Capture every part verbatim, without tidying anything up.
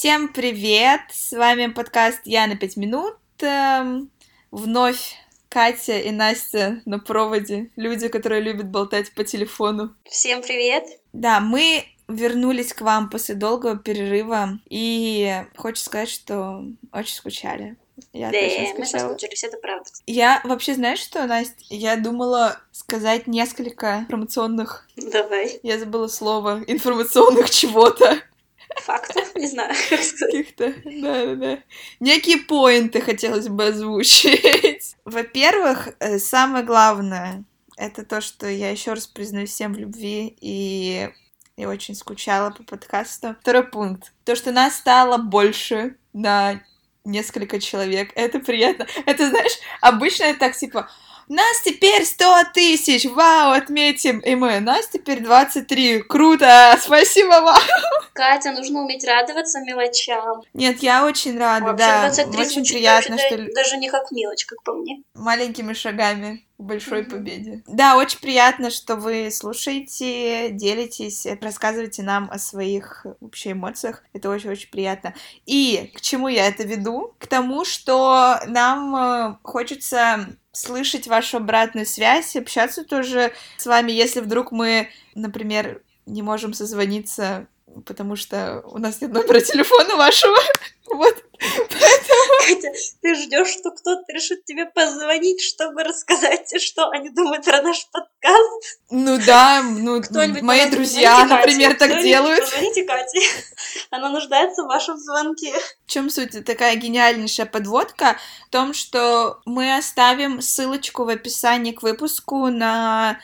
Всем привет! С вами подкаст «Я на пять минут». Эм, Вновь Катя и Настя на проводе. Люди, которые любят болтать по телефону. Всем привет! Да, мы вернулись к вам после долгого перерыва. И хочу сказать, что очень скучали. Я да, точно мы скучала. соскучились, это правда. Я вообще, знаешь что, Настя? Я думала сказать несколько информационных... Давай. Я забыла слово. Информационных чего-то. Фактов? Не знаю, как сказать. Каких-то, да-да-да. Некие поинты хотелось бы озвучить. Во-первых, э, самое главное, это то, что я еще раз признаюсь всем в любви, и я очень скучала по подкасту. Второй пункт. То, что нас стало больше на несколько человек. Это приятно. Это, знаешь, обычно это так, типа... Нас теперь сто тысяч, вау, отметим. И мы, нас теперь двадцать три, круто, спасибо вам. Катя, нужно уметь радоваться мелочам. Нет, я очень рада, Вообще да, двадцать три очень звучит приятно, вообще что даже не как мелочь, как по мне. маленькими шагами к большой Мгм. победе. Да, очень приятно, что вы слушаете, делитесь, э, рассказываете нам о своих э, вообще эмоциях. Это очень-очень приятно. И к чему я это веду? К тому, что нам э, хочется слышать вашу обратную связь, общаться тоже с вами, если вдруг мы, например, не можем созвониться, потому что у нас нет номера телефона вашего. Вот. Катя, ты ждешь, что кто-то решит тебе позвонить, чтобы рассказать, что они думают про наш подкаст? Ну да, ну Кто-нибудь мои давайте друзья, позвоните например, Кате. так Кто-нибудь делают. Позвоните Кате. Она нуждается в вашем звонке. В чем суть? Такая гениальнейшая подводка в том, что мы оставим ссылочку в описании к выпуску на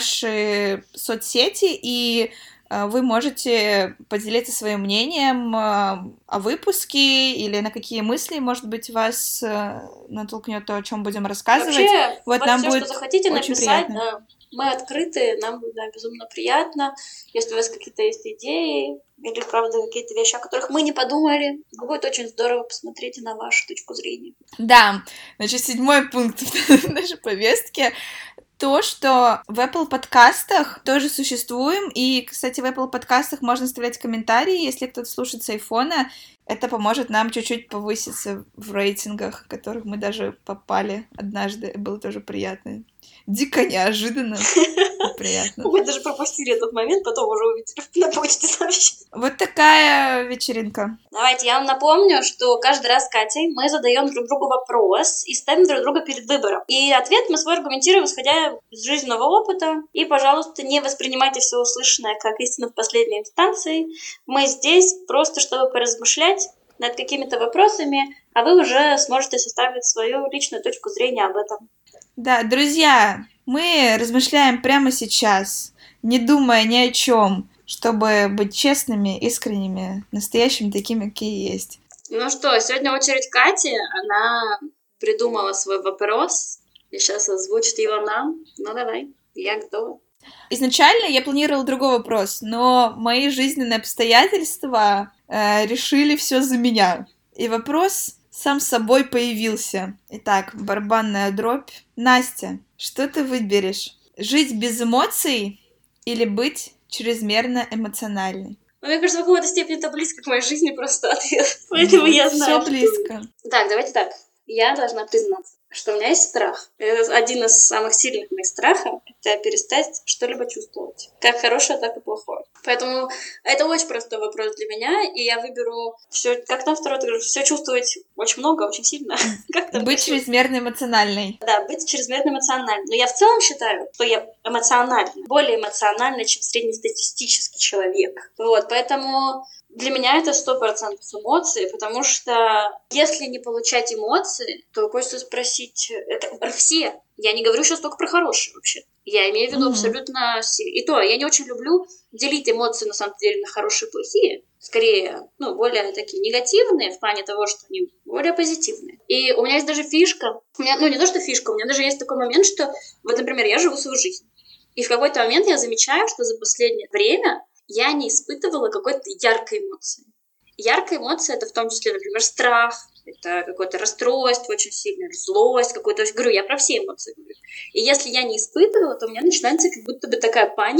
наши соцсети, и э, вы можете поделиться своим мнением э, о выпуске или на какие мысли, может быть, вас э, натолкнет то, о чем будем рассказывать. Вообще, Вот вот нам все, будет что захотите очень написать, приятно. да, мы открыты, нам будет, да, безумно приятно. Если у вас какие-то есть идеи или, правда, какие-то вещи, о которых мы не подумали, будет очень здорово посмотреть на вашу точку зрения. Да, значит, седьмой пункт нашей повестки. То, что в Apple подкастах тоже существуем, и, кстати, в Apple подкастах можно оставлять комментарии, если кто-то слушает с айфона, это поможет нам чуть-чуть повыситься в рейтингах, в которых мы даже попали однажды, было тоже приятно. Дико неожиданно, приятно. Мы даже пропустили этот момент, потом уже увидели на почте сообщение. Вот такая вечеринка. Давайте я вам напомню, что каждый раз с Катей мы задаем друг другу вопрос и ставим друг друга перед выбором. И ответ мы свой аргументируем, исходя из жизненного опыта. И, пожалуйста, не воспринимайте все услышанное как истину в последней инстанции. Мы здесь просто, чтобы поразмышлять над какими-то вопросами, а вы уже сможете составить свою личную точку зрения об этом. Да, друзья, мы размышляем прямо сейчас, не думая ни о чем, чтобы быть честными, искренними, настоящими такими, какие есть. Ну что, сегодня очередь Кати. Она придумала свой вопрос и сейчас озвучит его нам. Ну давай, я готова. Изначально я планировала другой вопрос, но мои жизненные обстоятельства э, решили все за меня. И вопрос сам собой появился. Итак, барабанная дробь. Настя, что ты выберешь? Жить без эмоций или быть чрезмерно эмоциональной? Ну, мне кажется, в какой-то степени это близко к моей жизни просто ответ. Поэтому Вот, я знаю, все близко. Что... Так, давайте так. Я должна признаться, что у меня есть страх. Это один из самых сильных моих страхов. Это перестать что-либо чувствовать. Как хорошее, так и плохое. Поэтому это очень простой вопрос для меня. И я выберу все, как там второй, ты говоришь, все чувствовать очень много, очень сильно. Быть чрезмерно эмоциональной. Да, быть чрезмерно эмоциональной. Но я в целом считаю, что я эмоциональна. Более эмоциональна, чем среднестатистический человек. Вот, поэтому... Для меня это сто процентов эмоции, потому что если не получать эмоции, то хочется спросить... Это все. Я не говорю сейчас только про хорошие вообще. Я имею в виду mm-hmm. абсолютно все. И то, я не очень люблю делить эмоции на самом деле на хорошие и плохие. Скорее, ну, более такие негативные в плане того, что они более позитивные. И у меня есть даже фишка. У меня, ну, не то, что фишка, у меня даже есть такой момент, что... Вот, например, я живу свою жизнь. И в какой-то момент я замечаю, что за последнее время я не испытывала какой-то яркой эмоции. Яркая эмоция — это в том числе, например, страх, это какое-то расстройство очень сильное, злость какой-то. Говорю, я про все эмоции говорю. И если я не испытывала, то у меня начинается как будто бы такая паника,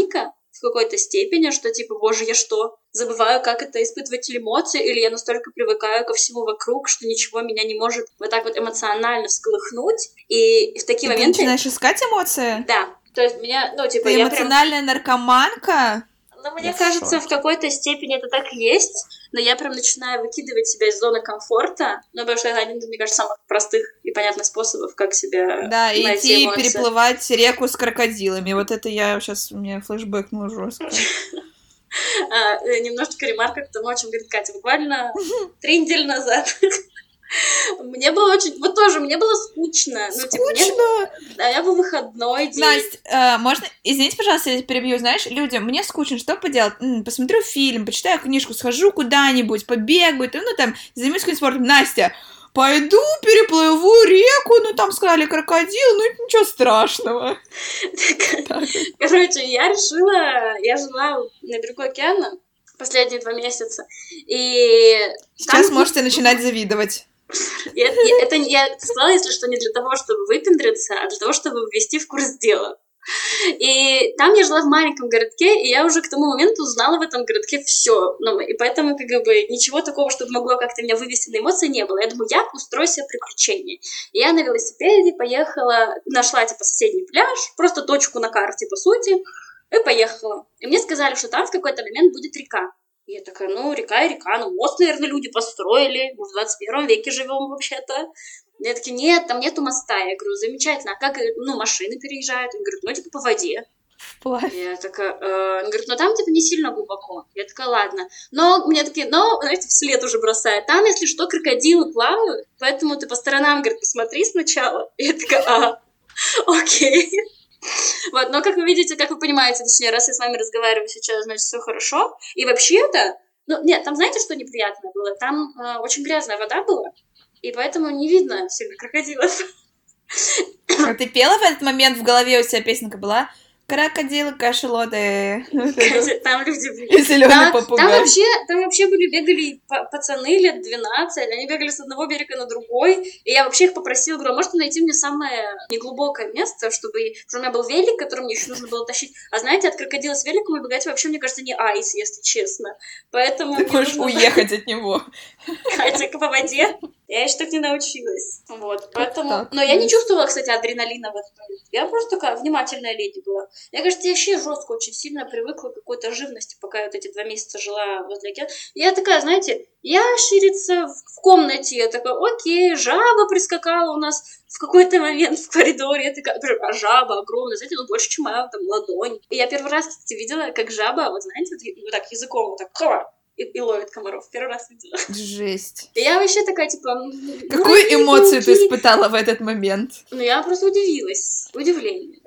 в какой-то степени, что типа, боже, я что, забываю, как это испытывать эмоции, или я настолько привыкаю ко всему вокруг, что ничего меня не может вот так вот эмоционально всколыхнуть, и в такие и моменты... ты начинаешь искать эмоции? Да, то есть меня, ну, типа, ты я эмоциональная прям... наркоманка? Ну, мне я кажется, в, в какой-то степени это так и есть, но я прям начинаю выкидывать себя из зоны комфорта, ну, потому что это один из, мне кажется, самых простых и понятных способов, как себя да, найти идти эмоции. переплывать реку с крокодилами. Вот это я сейчас, у меня флешбэкнула жестко. Немножечко ремарка к тому, о чем говорит Катя. Буквально три недели назад мне было очень... Вот тоже, мне было скучно. Скучно? Да, я был выходной день. Настя, можно... Извините, пожалуйста, я перебью. Знаешь, людям, мне скучно, что поделать? Посмотрю фильм, почитаю книжку, схожу куда-нибудь, побегаю, ну, там, займусь каким-нибудь спортом. Настя, пойду переплыву реку, ну, там сказали крокодил, ну, ничего страшного. Короче, я решила... Я жила на берегу океана последние два месяца, и... Сейчас можете начинать завидовать. Я, я, это я сказала, если что, не для того, чтобы выпендриться, а для того, чтобы ввести в курс дела. И там я жила в маленьком городке, и я уже к тому моменту узнала в этом городке все. Ну, и поэтому, как бы, ничего такого, чтобы могло как-то меня вывести на эмоции, не было. Я думаю, я устрою себе приключения. И я на велосипеде поехала, нашла, типа, соседний пляж, просто точку на карте, по сути, и поехала. И мне сказали, что там в какой-то момент будет река. И я такая, ну, река и река, ну, мост, наверное, люди построили, мы в двадцать первом веке живем вообще-то. Я такие, нет, там нету моста. Я говорю, замечательно, а как, ну, машины переезжают? Он говорит, ну, типа, по воде. Плавь. Я такая, э, он говорит, ну, там, типа, не сильно глубоко. Я такая, ладно. Но мне такие, но, знаете, вслед уже бросают. Там, если что, крокодилы плавают, поэтому ты по сторонам, говорит, посмотри сначала. И я такая, а, окей. Вот, но как вы видите, как вы понимаете, точнее, раз я с вами разговариваю сейчас, значит, все хорошо. И вообще-то, ну, нет, там знаете, что неприятное было? Там э, очень грязная вода была, и поэтому не видно сильно крокодилов. А ты пела в этот момент, в голове у тебя песенка была? Крокодилы, кашелоты. Там люди были. И зелёный попугай. Там вообще, там вообще были, бегали пацаны лет двенадцать, они бегали с одного берега на другой, и я вообще их попросила, говорю, можете найти мне самое неглубокое место, чтобы... Потому что у меня был велик, который мне еще нужно было тащить. А знаете, от крокодила с великом убегать вообще, мне кажется, не айс, если честно. Поэтому... Ты можешь нужно... уехать от него. Катя, по воде. Я еще так не научилась. Вот, поэтому... Но я не чувствовала, кстати, адреналина в этот момент. Я просто такая внимательная леди была. Я, кажется, я вообще жестко очень сильно привыкла к какой-то живности, пока я вот эти два месяца жила возле океана. Я такая, знаете, ящерица в комнате. Я такая, окей, жаба прискакала у нас в какой-то момент в коридоре. Я такая, а жаба огромная, знаете, ну больше, чем моя там ладонь. И я первый раз, кстати, видела, как жаба, вот знаете, вот, вот так языком вот так... И, и ловит комаров. Первый раз видела. Жесть. И я вообще такая, типа... Какую эмоцию ты испытала в этот момент? Ну, я просто удивилась. Удивление.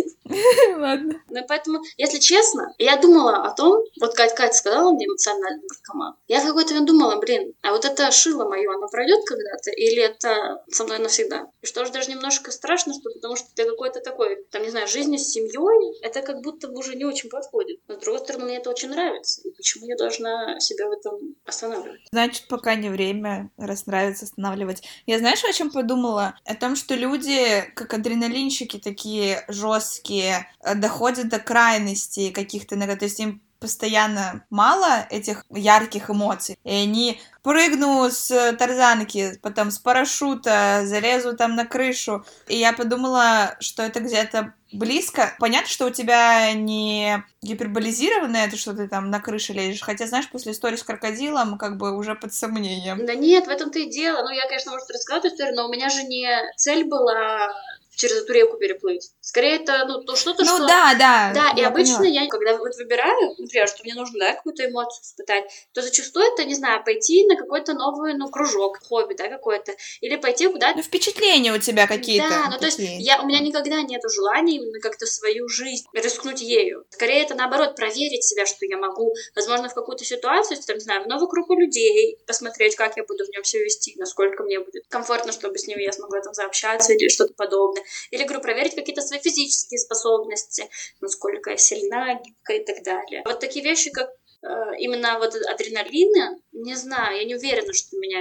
Ладно. Ну, поэтому, если честно, я думала о том, вот Катя, Катя сказала мне эмоциональный наркоман, я в какой-то момент думала, блин, а вот это шило мое, оно пройдет когда-то, или это со мной навсегда? И что же даже немножко страшно, что потому что для какой-то такой, там, не знаю, жизни с семьей, это как будто бы уже не очень подходит. Но, с другой стороны, мне это очень нравится. И почему я должна себя в этом останавливать? Значит, пока не время, раз нравится, останавливать. Я, знаешь, о чем подумала? О том, что люди, как адреналинщики такие жесткие, доходят до крайностей каких-то, то есть им постоянно мало этих ярких эмоций, и они прыгну с тарзанки, потом с парашюта, залезу там на крышу, и я подумала, что это где-то близко. Понятно, что у тебя не гиперболизировано это, что ты там на крыше лезешь, хотя, знаешь, после истории с крокодилом как бы уже под сомнением. Да нет, в этом-то и дело. Ну, я, конечно, может, рассказать эту историю, но у меня же не цель была через эту реку переплыть. Скорее, это, ну, то что-то, ну, что... Ну, да, да. Да, и обычно поняла. я, когда вот выбираю, например, что мне нужно, да, какую-то эмоцию испытать, то зачастую это, не знаю, пойти на какой-то новый, ну, кружок, хобби, да, какое-то, или пойти куда-то... Ну, впечатления у тебя какие-то. Да, ну, то есть я, у меня никогда нету желания именно как-то свою жизнь рискнуть ею. Скорее, это, наоборот, проверить себя, что я могу, возможно, в какую-то ситуацию, там, не знаю, в новый круг людей, посмотреть, как я буду в нем себя вести, насколько мне будет комфортно, чтобы с ними я смогла там заобщаться или что-то подобное. Или, говорю, проверить какие-то свои физические способности, насколько я сильна, гибкая и так далее. Вот такие вещи, как э, именно вот адреналины, не знаю, я не уверена, что меня это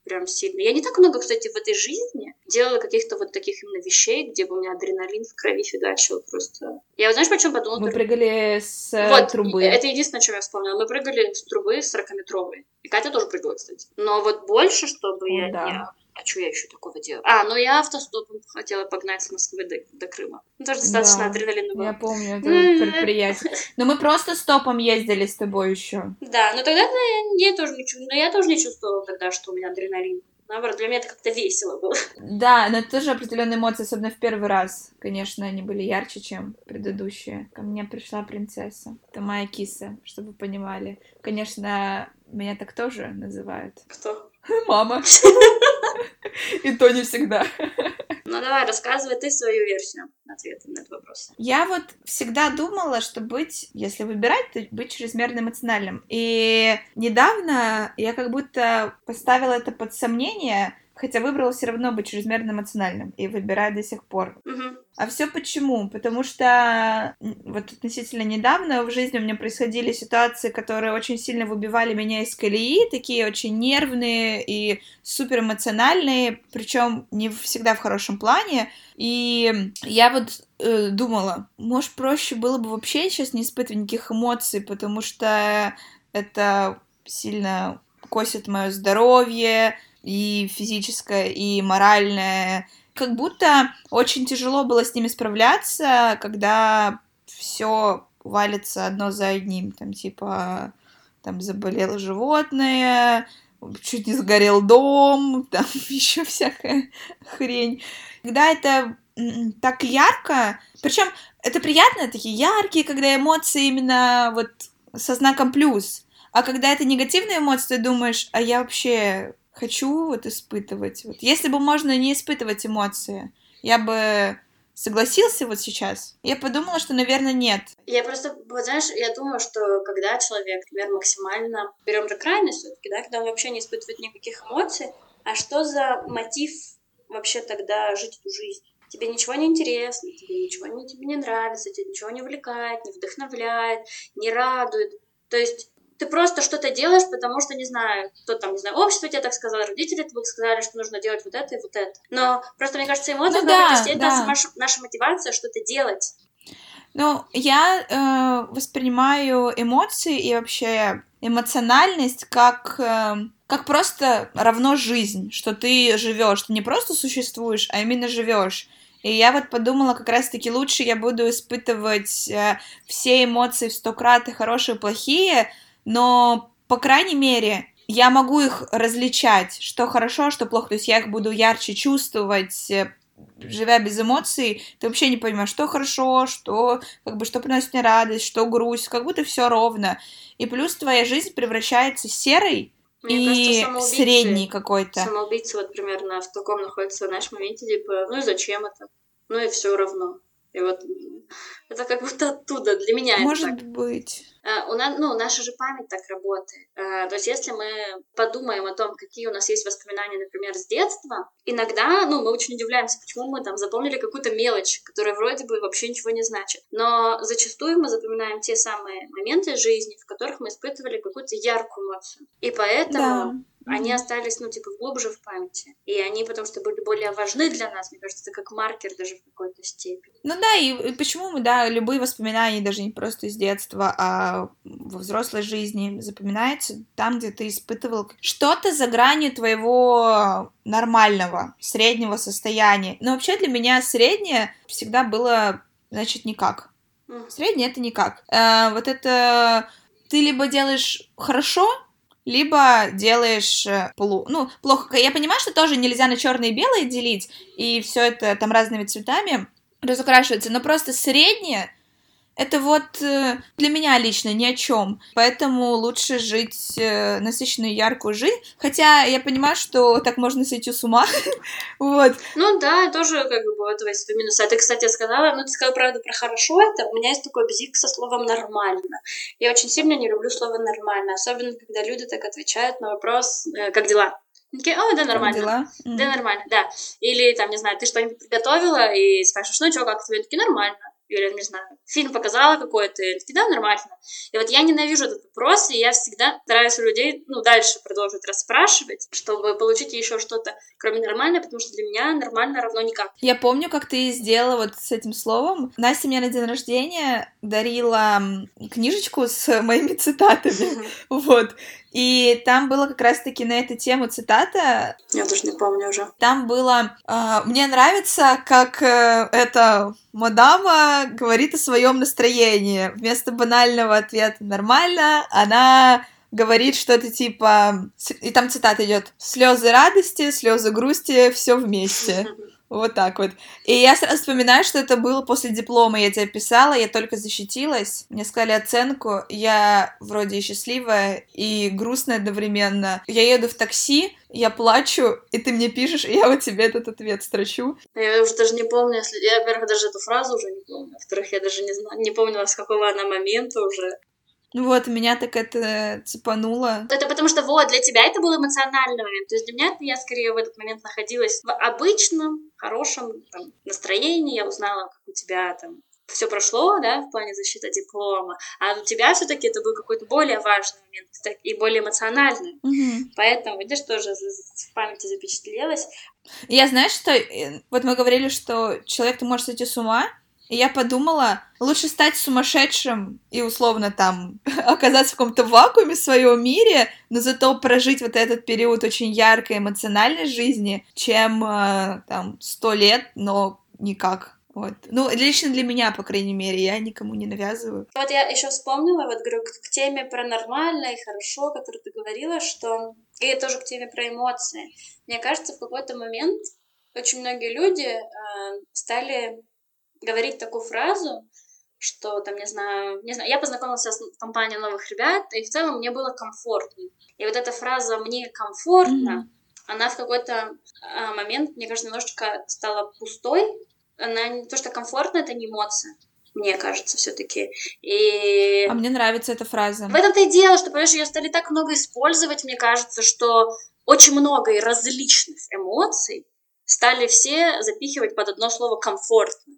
прям сильно. Я не так много, кстати, в этой жизни делала каких-то вот таких именно вещей, где бы у меня адреналин в крови фигачил просто. Я вот знаешь, почему подумала? Мы прыгали с вот, трубы. Это единственное, что я вспомнила. Мы прыгали с трубы сорокаметровой. И Катя тоже прыгала, кстати. Но вот больше, чтобы О, я... да. я... А что я еще такого делала? А, ну я автостопом хотела погнать с Москвы до, до Крыма. Ну, тоже достаточно Да, адреналина было. я помню это предприятие. Но мы просто стопом ездили с тобой еще. Да, но тогда я, я, тоже не, но я тоже не чувствовала тогда, что у меня адреналин. Наоборот, для меня это как-то весело было. Да, но это тоже определенные эмоции, особенно в первый раз. Конечно, они были ярче, чем предыдущие. Ко мне пришла принцесса. Это моя киса, чтобы вы понимали. Конечно, меня так тоже называют. Кто? Мама. И то не всегда. Ну давай, рассказывай ты свою версию ответа на этот вопрос. Я вот всегда думала, что быть, если выбирать, то быть чрезмерно эмоциональным. И недавно я как будто поставила это под сомнение, хотя выбрала все равно быть чрезмерно эмоциональным и выбираю до сих пор. Угу. А все почему? Потому что вот относительно недавно в жизни у меня происходили ситуации, которые очень сильно выбивали меня из колеи, такие очень нервные и супер эмоциональные, причем не всегда в хорошем плане. И я вот э, думала, может, проще было бы вообще сейчас не испытывать никаких эмоций, потому что это сильно косит мое здоровье, и физическое, и моральное. Как будто очень тяжело было с ними справляться, когда все валится одно за одним. Там типа там заболело животное, чуть не сгорел дом, там еще всякая хрень. Когда это так ярко, причем это приятно, такие яркие, когда эмоции именно вот со знаком плюс. А когда это негативные эмоции, ты думаешь, а я вообще хочу вот испытывать. Вот. Если бы можно не испытывать эмоции, я бы согласился вот сейчас. Я подумала, что, наверное, нет. Я просто, вот знаешь, я думаю, что когда человек, например, максимально... Берем же крайность все-таки, да, когда он вообще не испытывает никаких эмоций, а что за мотив вообще тогда жить эту жизнь? Тебе ничего не интересно, тебе ничего не, тебе не нравится, тебе ничего не увлекает, не вдохновляет, не радует. То есть ты просто что-то делаешь, потому что, не знаю, кто там, не знаю, общество тебе так сказало, родители тебе сказали, что нужно делать вот это и вот это. Но просто, мне кажется, эмоции ну, в какой-то да, степени да. наша, наша мотивация что-то делать. Ну, я э, воспринимаю эмоции и вообще эмоциональность как, э, как просто равно жизнь, что ты живешь, ты не просто существуешь, а именно живешь. И я вот подумала, как раз-таки лучше я буду испытывать э, все эмоции в сто крат, и хорошие, и плохие, но, по крайней мере, я могу их различать, что хорошо, что плохо. То есть я их буду ярче чувствовать, живя без эмоций. Ты вообще не понимаешь, что хорошо, что, как бы, что приносит мне радость, что грусть. Как будто все ровно. И плюс твоя жизнь превращается серой мне и кажется, средней какой-то. Самоубийцы вот примерно в таком находятся, знаешь, моменте, типа, ну и зачем это? Ну и все равно. И вот это как будто оттуда, для меня Может это так. быть. Uh, у нас, ну, наша же память так работает. Uh, то есть если мы подумаем о том, какие у нас есть воспоминания, например, с детства, иногда, ну, мы очень удивляемся, почему мы там запомнили какую-то мелочь, которая вроде бы вообще ничего не значит. Но зачастую мы запоминаем те самые моменты жизни, в которых мы испытывали какую-то яркую эмоцию. И поэтому... Да. Они mm-hmm. остались, ну, типа, глубже в памяти. И они, потому что были более важны для нас, мне кажется, это как маркер даже в какой-то степени. Ну да, и почему мы, да, любые воспоминания, даже не просто из детства, а во взрослой жизни запоминаются там, где ты испытывал что-то за гранью твоего нормального, среднего состояния. Но вообще для меня среднее всегда было, значит, никак. Mm. Среднее — это никак. А, вот это ты либо делаешь хорошо, либо делаешь полу... Ну, плохо. Я понимаю, что тоже нельзя на черное и белое делить, и все это там разными цветами разукрашивается, но просто среднее — это вот для меня лично ни о чем. Поэтому лучше жить насыщенную, яркую жизнь. Хотя я понимаю, что так можно сойти с ума. Вот. Ну да, тоже как бы бывают свои минусы. А ты, кстати, сказала, ну ты сказала, правда, про хорошо это. У меня есть такой бзик со словом «нормально». Я очень сильно не люблю слово «нормально». Особенно, когда люди так отвечают на вопрос «как дела?». Такие, о, да, нормально. Дела? Да, mm. нормально, да. Или, там, не знаю, ты что-нибудь приготовила и спрашиваешь, ну что, как тебе? Такие, нормально. или, не знаю, фильм показала какой-то, и такие, да, нормально. И вот я ненавижу этот вопрос, и я всегда стараюсь у людей, ну, дальше продолжить расспрашивать, чтобы получить еще что-то, кроме нормально, потому что для меня нормально равно никак. Я помню, как ты сделала вот с этим словом. Настя мне на день рождения дарила книжечку с моими цитатами, вот. И там было как раз-таки на эту тему цитата. Я даже не помню уже. Там было э, «Мне нравится, как э, эта мадама говорит о своем настроении. Вместо банального ответа «нормально» она говорит что-то типа...» И там цитата идет: «Слезы радости, слезы грусти, все вместе». Вот так вот. И я сразу вспоминаю, что это было после диплома. Я тебя писала, я только защитилась. Мне сказали оценку. Я вроде и счастливая, и грустная одновременно. Я еду в такси, я плачу, и ты мне пишешь, и я вот тебе этот ответ строчу. Я уже даже не помню, если... Я, во-первых, даже эту фразу уже не помню. Во-вторых, я даже не знаю, не помню, с какого она момента уже. Ну вот, меня так это цепануло. Это потому что, вот, для тебя это был эмоциональный момент. То есть для меня я скорее в этот момент находилась в обычном, хорошем там, настроении. Я узнала, как у тебя там все прошло, да, в плане защиты диплома. А у тебя все-таки это был какой-то более важный момент и более эмоциональный. Угу. Поэтому, видишь, тоже в памяти запечатлелось. Я, знаешь, что... Вот мы говорили, что человек-то может сойти с ума. И я подумала, лучше стать сумасшедшим и условно там оказаться в каком-то вакууме в своем мире, но зато прожить вот этот период очень яркой эмоциональной жизни, чем э, там сто лет, но никак. Вот. Ну, лично для меня, по крайней мере, я никому не навязываю. Вот я еще вспомнила, вот говорю, к, к теме про нормально и хорошо, которую ты говорила, что... И тоже к теме про эмоции. Мне кажется, в какой-то момент очень многие люди э, стали... говорить такую фразу, что там, не знаю, не знаю, я познакомилась с компанией новых ребят, и в целом мне было комфортно. И вот эта фраза «мне комфортно», mm-hmm. она в какой-то а, момент, мне кажется, немножечко стала пустой. Она, то, что комфортно, это не эмоция, мне кажется, все-таки. И... А мне нравится эта фраза. В этом-то и дело, что, понимаешь, ее стали так много использовать, мне кажется, что очень много и различных эмоций стали все запихивать под одно слово «комфортно».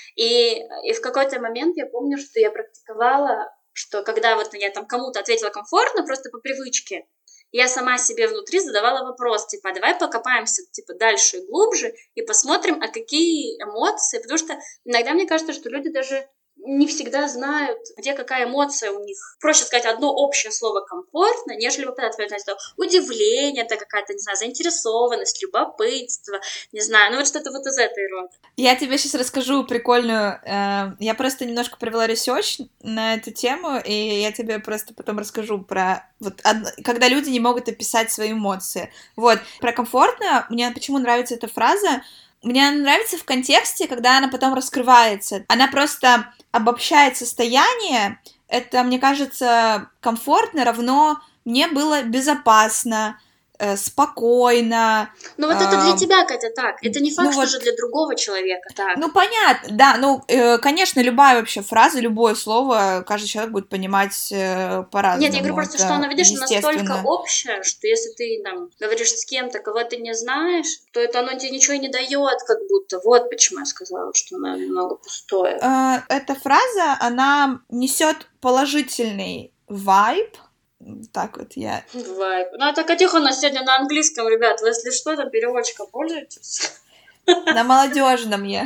И, и в какой-то момент я помню, что я практиковала, что когда вот я там кому-то ответила комфортно, просто по привычке, я сама себе внутри задавала вопрос, типа, давай покопаемся, типа, дальше и глубже и посмотрим, а какие эмоции, потому что иногда мне кажется, что люди даже не всегда знают, где какая эмоция у них. Проще сказать одно общее слово «комфортно», нежели вот это ответить на удивление, это какая-то, не знаю, заинтересованность, любопытство, не знаю, ну вот что-то вот из этой рода. Я тебе сейчас расскажу прикольную... Э, я просто немножко провела ресерч на эту тему, и я тебе просто потом расскажу про... Вот, од... когда люди не могут описать свои эмоции. Вот. Про комфортно мне почему нравится эта фраза. Мне она нравится в контексте, когда она потом раскрывается. Она просто обобщает состояние. Это, мне кажется, комфортно равно мне было безопасно, э, спокойно. Ну вот э, это для тебя, Катя, так. Это не факт, ну, что вот, же для другого человека так. Ну, понятно, да. Ну, э, конечно, любая вообще фраза, любое слово, каждый человек будет понимать э, по-разному. Нет, я говорю просто, что она, видишь, настолько общая, что если ты там говоришь с кем-то, кого ты не знаешь, то это оно тебе ничего не дает, как будто. Вот почему я сказала, что она немного пустое. Э, эта фраза, она несет положительный вайб. Так вот я... Вайб. Ну, это Катюха у нас сегодня на английском, ребят. Вы, если что, там переводчиком пользуетесь. На молодежном я.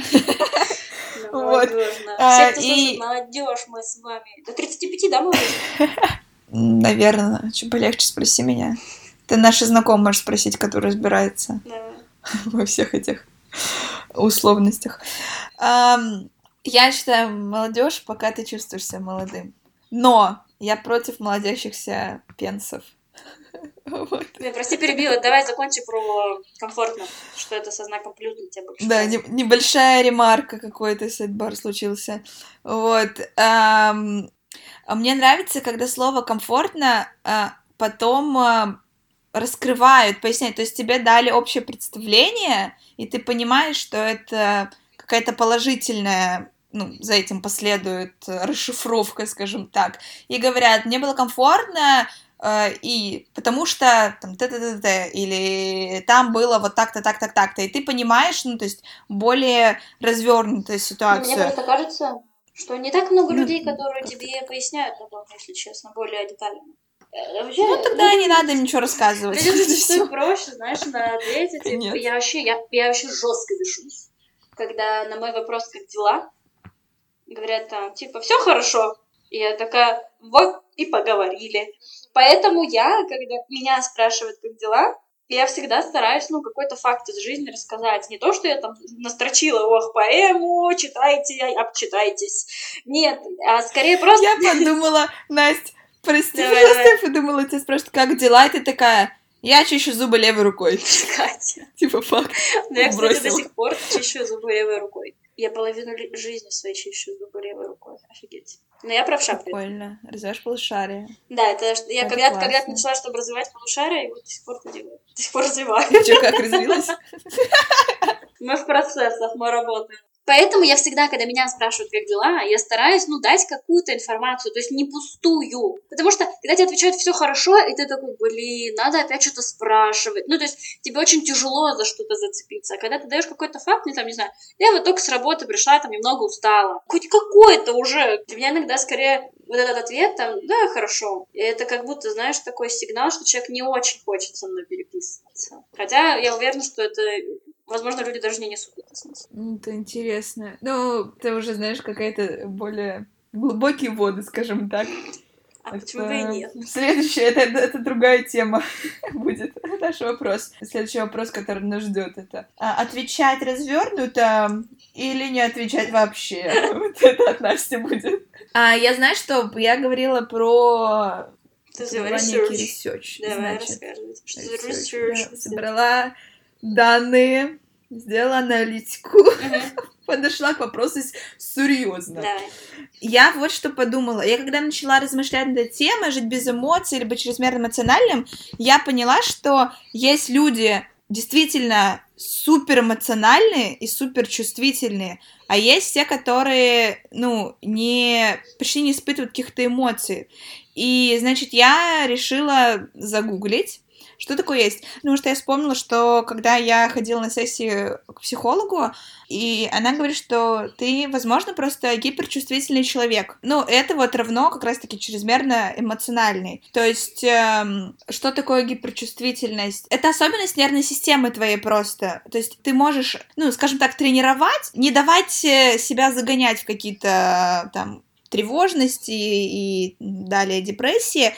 На молодежном. Все, кто слушает молодежь, мы с вами. До тридцати пяти, да, молодежь? Наверное. Чуть полегче спроси меня. Ты наши знакомые можешь спросить, который разбирается во всех этих условностях. Я считаю, молодежь, пока ты чувствуешь себя молодым. Но я против молодящихся пенсов. Вот. Прости, перебила. Давай закончи про комфортно, что это со знаком плюс для тебя больше. Да, не, небольшая ремарка, какой-то сайдбар случился. Вот. Эм, мне нравится, когда слово комфортно э, потом э, раскрывают, поясняют. То есть тебе дали общее представление, и ты понимаешь, что это какая-то положительная, ну, за этим последует расшифровка, скажем так. И говорят, мне было комфортно, э, и потому что там т-т-т-т, или там было вот так-то, так-то, так-то. И ты понимаешь, ну, то есть более развернутая ситуация. Мне просто кажется, Что не так много Ну, людей, которые как-то тебе так. поясняют, например, если честно, более детально. Э, Вообще, Ну, тогда не надо им ничего рассказывать. людям Это зачастую всё. проще, знаешь, на ответить. И Нет. я вообще, я, я вообще жестко вешусь, когда на мой вопрос «как дела?» говорят там, типа, все хорошо. И я такая, вот и поговорили. Поэтому я, когда меня спрашивают, как дела, я всегда стараюсь, ну, какой-то факт из жизни рассказать. Не то, что я там настрочила, ох, поэму, читайте, обчитайтесь. Нет, а скорее просто... Я подумала, Настя, прости, Давай, пожалуйста, давай. я подумала, тебя спрашивают, как дела, и ты такая, я чищу зубы левой рукой. Катя. Типа, факт, Ну, я, кстати, до бросила. сих пор чищу зубы левой рукой. Я половину ли- жизни своей чищу зубы левой рукой. Офигеть. Но я правша при этом. Прикольно, развиваешь полушарие. Да, это ж- я Это когда-то, когда-то классно. начала, чтобы развивать полушария, и вот до сих пор это делаю. До сих пор развиваю. Чё, как развилась? Мы в процессах, мы работаем. Поэтому я всегда, когда меня спрашивают, как дела, я стараюсь, ну, дать какую-то информацию, то есть не пустую. Потому что, когда тебе отвечают все хорошо, и ты такой, блин, надо опять что-то спрашивать. Ну, то есть тебе очень тяжело за что-то зацепиться. А когда ты даешь какой-то факт, ну, там, не знаю, я вот только с работы пришла, там, немного устала. Хоть какой-то уже. Для меня иногда скорее вот этот ответ, там, да, хорошо. И это как будто, знаешь, такой сигнал, что человек не очень хочет со мной переписываться. Хотя я уверена, что это... Возможно, люди даже не несут этот смысл. Ну, это интересно. Ну, ты уже знаешь, какая-то более глубокие воды, скажем так. А Так почему бы и что нет? Следующая, это, это, это другая тема будет. Наш вопрос. Следующий вопрос, который нас ждет, это а, отвечать развернуто или не отвечать вообще? Вот это от Насти будет. А я знаю, что я говорила про Ты провела research. некий ресерч. Давай, Значит, рассказывай. Что за research. research? Я собрала данные, сделала аналитику, Мгм. подошла к вопросу серьезно. Давай. Я вот что подумала. Я когда начала размышлять над этой темой, жить без эмоций или быть чрезмерно эмоциональным, я поняла, что есть люди действительно супер эмоциональные и супер чувствительные, а есть те, которые, ну, не, почти не испытывают каких-то эмоций. И, значит, я решила загуглить, что такое есть? Потому что я вспомнила, что когда я ходила на сессии к психологу, и она говорит, что ты, возможно, просто гиперчувствительный человек. Ну, это вот равно как раз-таки чрезмерно эмоциональный. То есть, эм, что такое гиперчувствительность? Это особенность нервной системы твоей просто. То есть ты можешь, ну, скажем так, тренировать, не давать э, себя загонять в какие-то там тревожности и далее депрессии,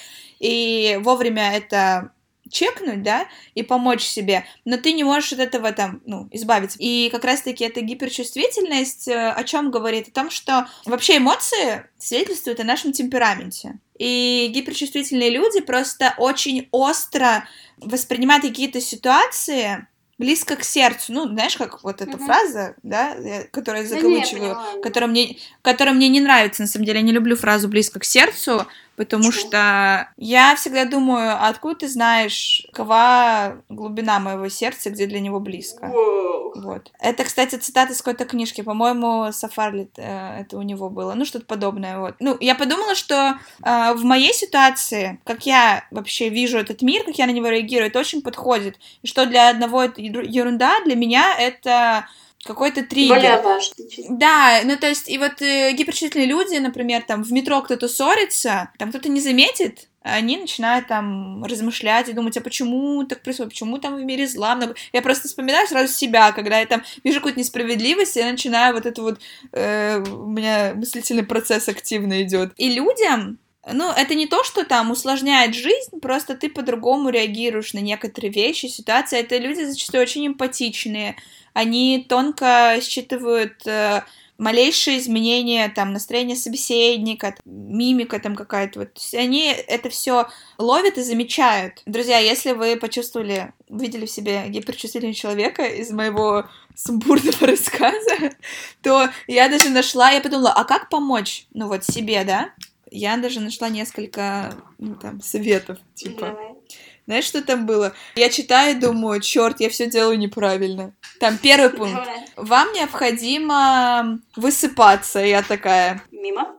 и вовремя это чекнуть, да, и помочь себе, но ты не можешь от этого там, ну, избавиться. И как раз-таки эта гиперчувствительность э, о чем говорит? О том, что вообще эмоции свидетельствуют о нашем темпераменте. И гиперчувствительные люди просто очень остро воспринимают какие-то ситуации близко к сердцу. Ну, знаешь, как вот эта Мгм. фраза, да, я- которую я Да не, я закавычиваю, поняла. которая мне, которая мне не нравится, на самом деле. Я не люблю фразу «близко к сердцу», потому Почему? что я всегда думаю, а откуда ты знаешь, какова глубина моего сердца, где для него близко. Воу. Вот. Это, кстати, цитата с какой-то книжки, по-моему, Сафарли э, это у него было, ну, что-то подобное, вот. Ну, я подумала, что э, в моей ситуации, как я вообще вижу этот мир, как я на него реагирую, это очень подходит, и что для одного это ерунда, для меня это какой-то триггер. Более важно. Да, ну то есть, и вот э, гиперчувствительные люди, например, там в метро кто-то ссорится, там кто-то не заметит, а они начинают там размышлять и думать, а почему так происходит, почему там в мире зла много. Я просто вспоминаю сразу себя, когда я там вижу какую-то несправедливость, и я начинаю вот это вот, э, у меня мыслительный процесс активно идет. И людям, ну, это не то, что там усложняет жизнь, просто ты по-другому реагируешь на некоторые вещи, ситуации. Это люди зачастую очень эмпатичные, они тонко считывают э, малейшие изменения, там, настроения собеседника, там, мимика там какая-то. Вот. Они это все ловят и замечают. Друзья, если вы почувствовали, увидели в себе гиперчувствительного человека из моего сумбурного рассказа, то я даже нашла, я подумала, а как помочь, ну вот, себе, да? Я даже нашла несколько, ну, там, советов, типа. Давай. Знаешь, что там было? Я читаю и думаю, черт, я все делаю неправильно. Там первый пункт. Давай. Вам необходимо высыпаться. Я такая, Мимо.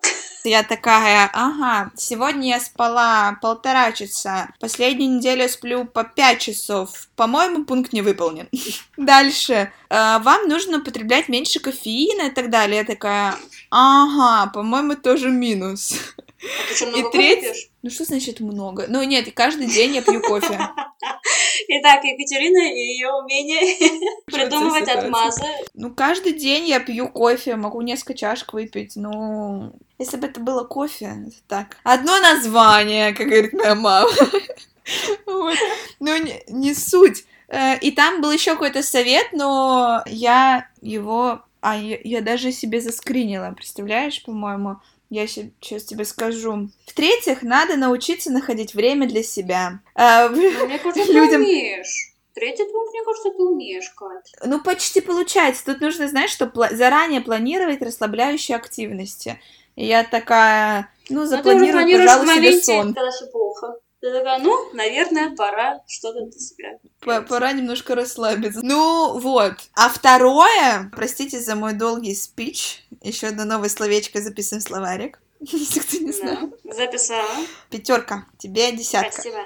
Я такая, ага, сегодня я спала полтора часа, последнюю неделю я сплю по пять часов. По-моему, пункт не выполнен. Дальше. Вам нужно употреблять меньше кофеина и так далее. Я такая, ага, по-моему, тоже минус. А ты что, много И кофе треть... пьешь? Ну, что значит много? Ну, нет, каждый день я пью кофе. Итак, Екатерина и ее умение придумывать отмазы. Ну, каждый день я пью кофе, могу несколько чашек выпить, ну... Если бы это было кофе, это так. Одно название, как говорит моя мама. Вот. Ну, не, не суть. И там был еще какой-то совет, но я его... А, я, я даже себе заскринила, представляешь, по-моему... Я сейчас тебе скажу. В-третьих, надо научиться находить время для себя. А, ну, мне кажется, людям... ты умеешь. Третий пункт, мне кажется, ты умеешь, Кать. Ну, почти получается. Тут нужно, знаешь, что пла- заранее планировать расслабляющие активности. И я такая, ну, запланирую, пожалуй, себе сон. Когда все плохо. Ты такая, ну, наверное, пора что-то для себя. Пора немножко расслабиться. Ну, вот. А второе, простите за мой долгий спич, еще одно новое словечко записываем в словарик, если кто не знает. Да, записала. Пятерка, тебе десятка. Спасибо.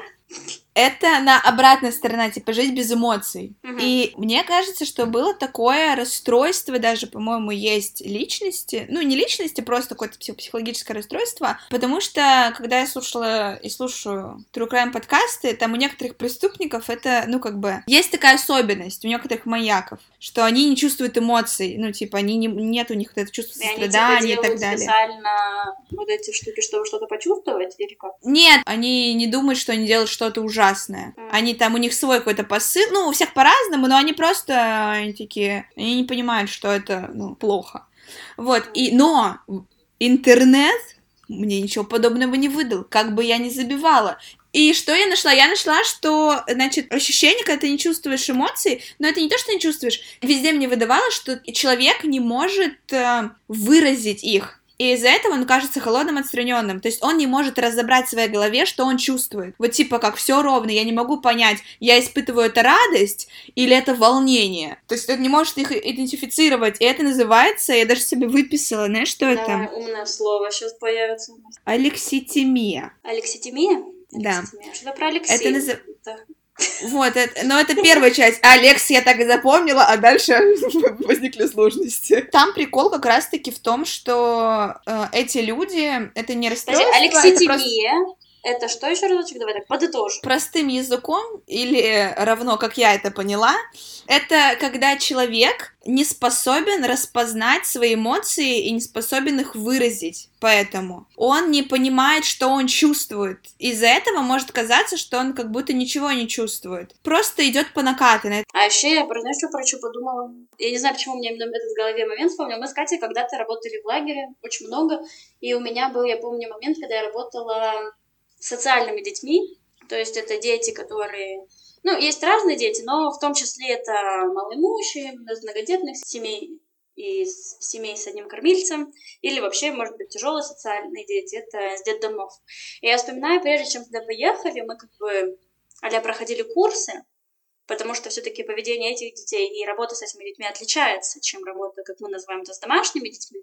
Это на обратная сторона, типа, жить без эмоций. Угу. И мне кажется, что было такое расстройство, даже, по-моему, есть личности, ну, не личности, просто какое-то психологическое расстройство, потому что, когда я слушала и слушаю True Crime подкасты, там у некоторых преступников это, ну, как бы, есть такая особенность у некоторых маньяков, что они не чувствуют эмоций, ну, типа, они не, нет у них вот этого чувства сострадания и, типа, и так далее. Специально вот эти штуки, чтобы что-то почувствовать, или как? Нет, они не думают, что они делают что-то ужасное. Mm. Они там, у них свой какой-то посыл, ну, у всех по-разному, но они просто, они такие, они не понимают, что это, ну, плохо. Вот, mm. и, но интернет мне ничего подобного не выдал, как бы я ни забивала. И что я нашла? Я нашла, что, значит, ощущение, когда ты не чувствуешь эмоций, но это не то, что не чувствуешь. Везде мне выдавало, что человек не может э, выразить их. И из-за этого он кажется холодным, отстраненным. То есть он не может разобрать в своей голове, что он чувствует. Вот типа как все ровно, я не могу понять, я испытываю это радость или это волнение. То есть он не может их идентифицировать. И это называется, я даже себе выписала, знаешь, что Давай, это? Да, умное слово сейчас появится. Алекситимия. Алекситимия? Да. Алекситимия. Что-то про Алексея. Это называется... Вот, это, но это первая часть. Алекс я так и запомнила, а дальше возникли сложности. Там прикол как раз-таки в том, что э, эти люди, это не расстройство, Алекситимия. Это, просто... это что еще разочек? Давай так подытожим. Простым языком, или равно, как я это поняла, это когда человек не способен распознать свои эмоции и не способен их выразить. Поэтому он не понимает, что он чувствует. Из-за этого может казаться, что он как будто ничего не чувствует. Просто идет по накатанной. А еще я, знаешь, что про что подумала? Я не знаю, почему мне именно этот в голове момент вспомнил. Мы с Катей когда-то работали в лагере, очень много. И у меня был, я помню, момент, когда я работала с социальными детьми. То есть это дети, которые... Ну, есть разные дети, но в том числе это малоимущие, из многодетных семей, из семей с одним кормильцем, или вообще, может быть, тяжелые социальные дети, это с детдомов. И я вспоминаю, прежде чем туда поехали, мы как бы а-ля проходили курсы, потому что все-таки поведение этих детей и работа с этими детьми отличается, чем работа, как мы называем это, с домашними детьми.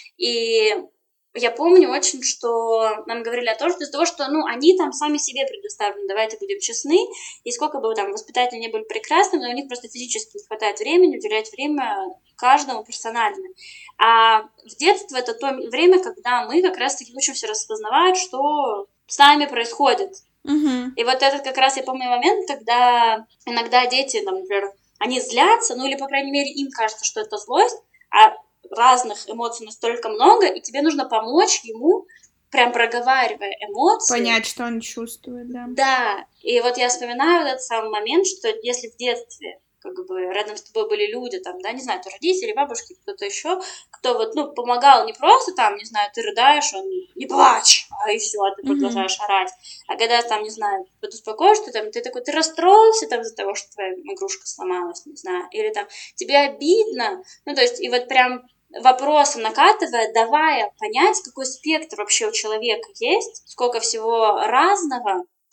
И я помню очень, что нам говорили о том, что из-за того, что, ну, они там сами себе предоставлены, давайте будем честны, и сколько бы там воспитатели не были прекрасными, но у них просто физически не хватает времени уделять время каждому персонально. А в детстве это то время, когда мы как раз-таки учимся распознавать, что с нами происходит. Mm-hmm. И вот этот как раз, я помню момент, когда иногда дети, там, например, они злятся, ну или, по крайней мере, им кажется, что это злость, а разных эмоций настолько много, и тебе нужно помочь ему, прям проговаривая эмоции. Понять, что он чувствует, да. Да, и вот я вспоминаю этот самый момент, что если в детстве как бы рядом с тобой были люди, там, да, не знаю, то родители, бабушки, кто-то еще, кто вот, ну, помогал не просто там, не знаю, ты рыдаешь, он не плачь, а и все, а ты продолжаешь mm-hmm. орать. А когда там, не знаю, подуспокоишь, ты там, ты такой, ты расстроился там из-за того, что твоя игрушка сломалась, не знаю, или там, тебе обидно, ну, то есть, и вот прям вопросом накатывая, давая понять, какой спектр вообще у человека есть, сколько всего разного,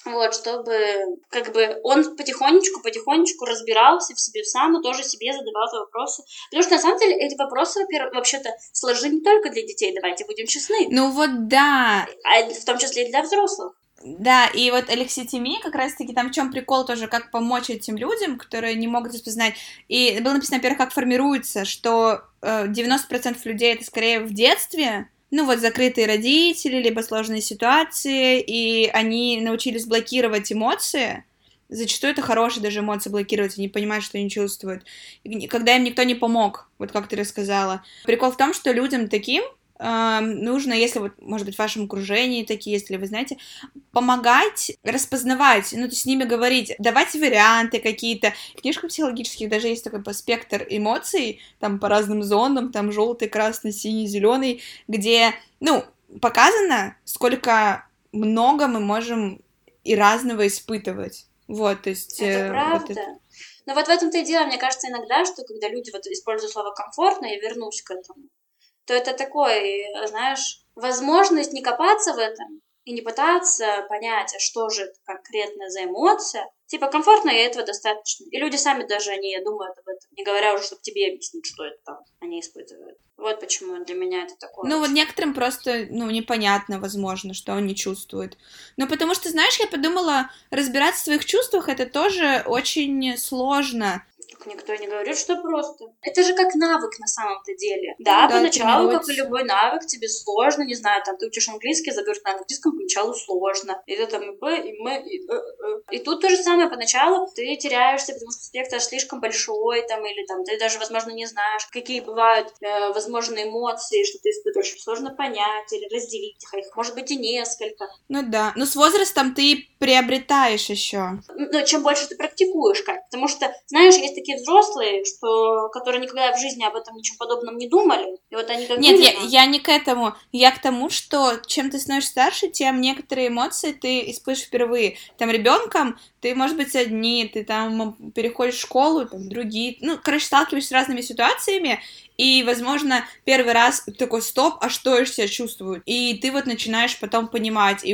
Вот, чтобы как бы он потихонечку-потихонечку разбирался в себе сам и тоже себе задавал эти вопросы. Потому что, на самом деле, эти вопросы, во-первых, вообще-то сложны не только для детей, давайте будем честны. Ну вот да. А в том числе и для взрослых. Да, и вот алекситимия, как раз-таки, там в чем прикол тоже, как помочь этим людям, которые не могут распознать. И было написано, во-первых, как формируется, что э, девяносто процентов людей это скорее в детстве, ну вот закрытые родители, либо сложные ситуации, и они научились блокировать эмоции. Зачастую это хорошие даже эмоции блокировать, и не понимать, что они чувствуют. И когда им никто не помог, вот как ты рассказала. Прикол в том, что людям таким э, нужно, если вот, может быть, в вашем окружении такие есть, или вы знаете, помогать распознавать, ну, то есть с ними говорить, давать варианты какие-то. В книжках психологических даже есть такой спектр эмоций, там по разным зонам, там желтый, красный, синий, зеленый, где, ну, показано, сколько много мы можем и разного испытывать. Вот, то есть... Это э, правда. Вот это... Но вот в этом-то и дело, мне кажется, иногда, что когда люди вот используют слово «комфортно», я вернусь к этому, то это такой, знаешь, возможность не копаться в этом и не пытаться понять, а что же это конкретно за эмоция. Типа комфортно, и этого достаточно. И люди сами даже не думают об этом, не говоря уже, чтобы тебе объяснить, что это там они испытывают. Вот почему для меня это такое. Ну, вот некоторым просто, ну, непонятно, возможно, что они чувствуют. Но потому что, знаешь, я подумала, разбираться в своих чувствах, это тоже очень сложно. Так никто не говорит, что просто. Это же как навык на самом-то деле. Да, да, поначалу, как и любой навык, тебе сложно, не знаю, там, ты учишь английский, заговорить на английском поначалу сложно. И это там и Б, и М, и э, э. И тут то же самое, поначалу ты теряешься, потому что спектр слишком большой, там, или там, ты даже, возможно, не знаешь, какие бывают э, возможные эмоции, что ты испытываешь, сложно понять или разделить их, их может быть и несколько. Ну да, но с возрастом ты приобретаешь еще. Ну, чем больше ты практикуешь, как, потому что, знаешь, есть такие взрослые, что, которые никогда в жизни об этом ничего подобном не думали, и вот они как Нет, были, я, я не к этому, я к тому, что чем ты становишься старше, тем некоторые эмоции ты испытываешь впервые. Там ребенком ты, может быть, одни, ты там переходишь в школу, там другие, ну, короче, сталкиваешься с разными ситуациями, и, возможно, первый раз такой, стоп, а что я себя чувствую? И ты вот начинаешь потом понимать и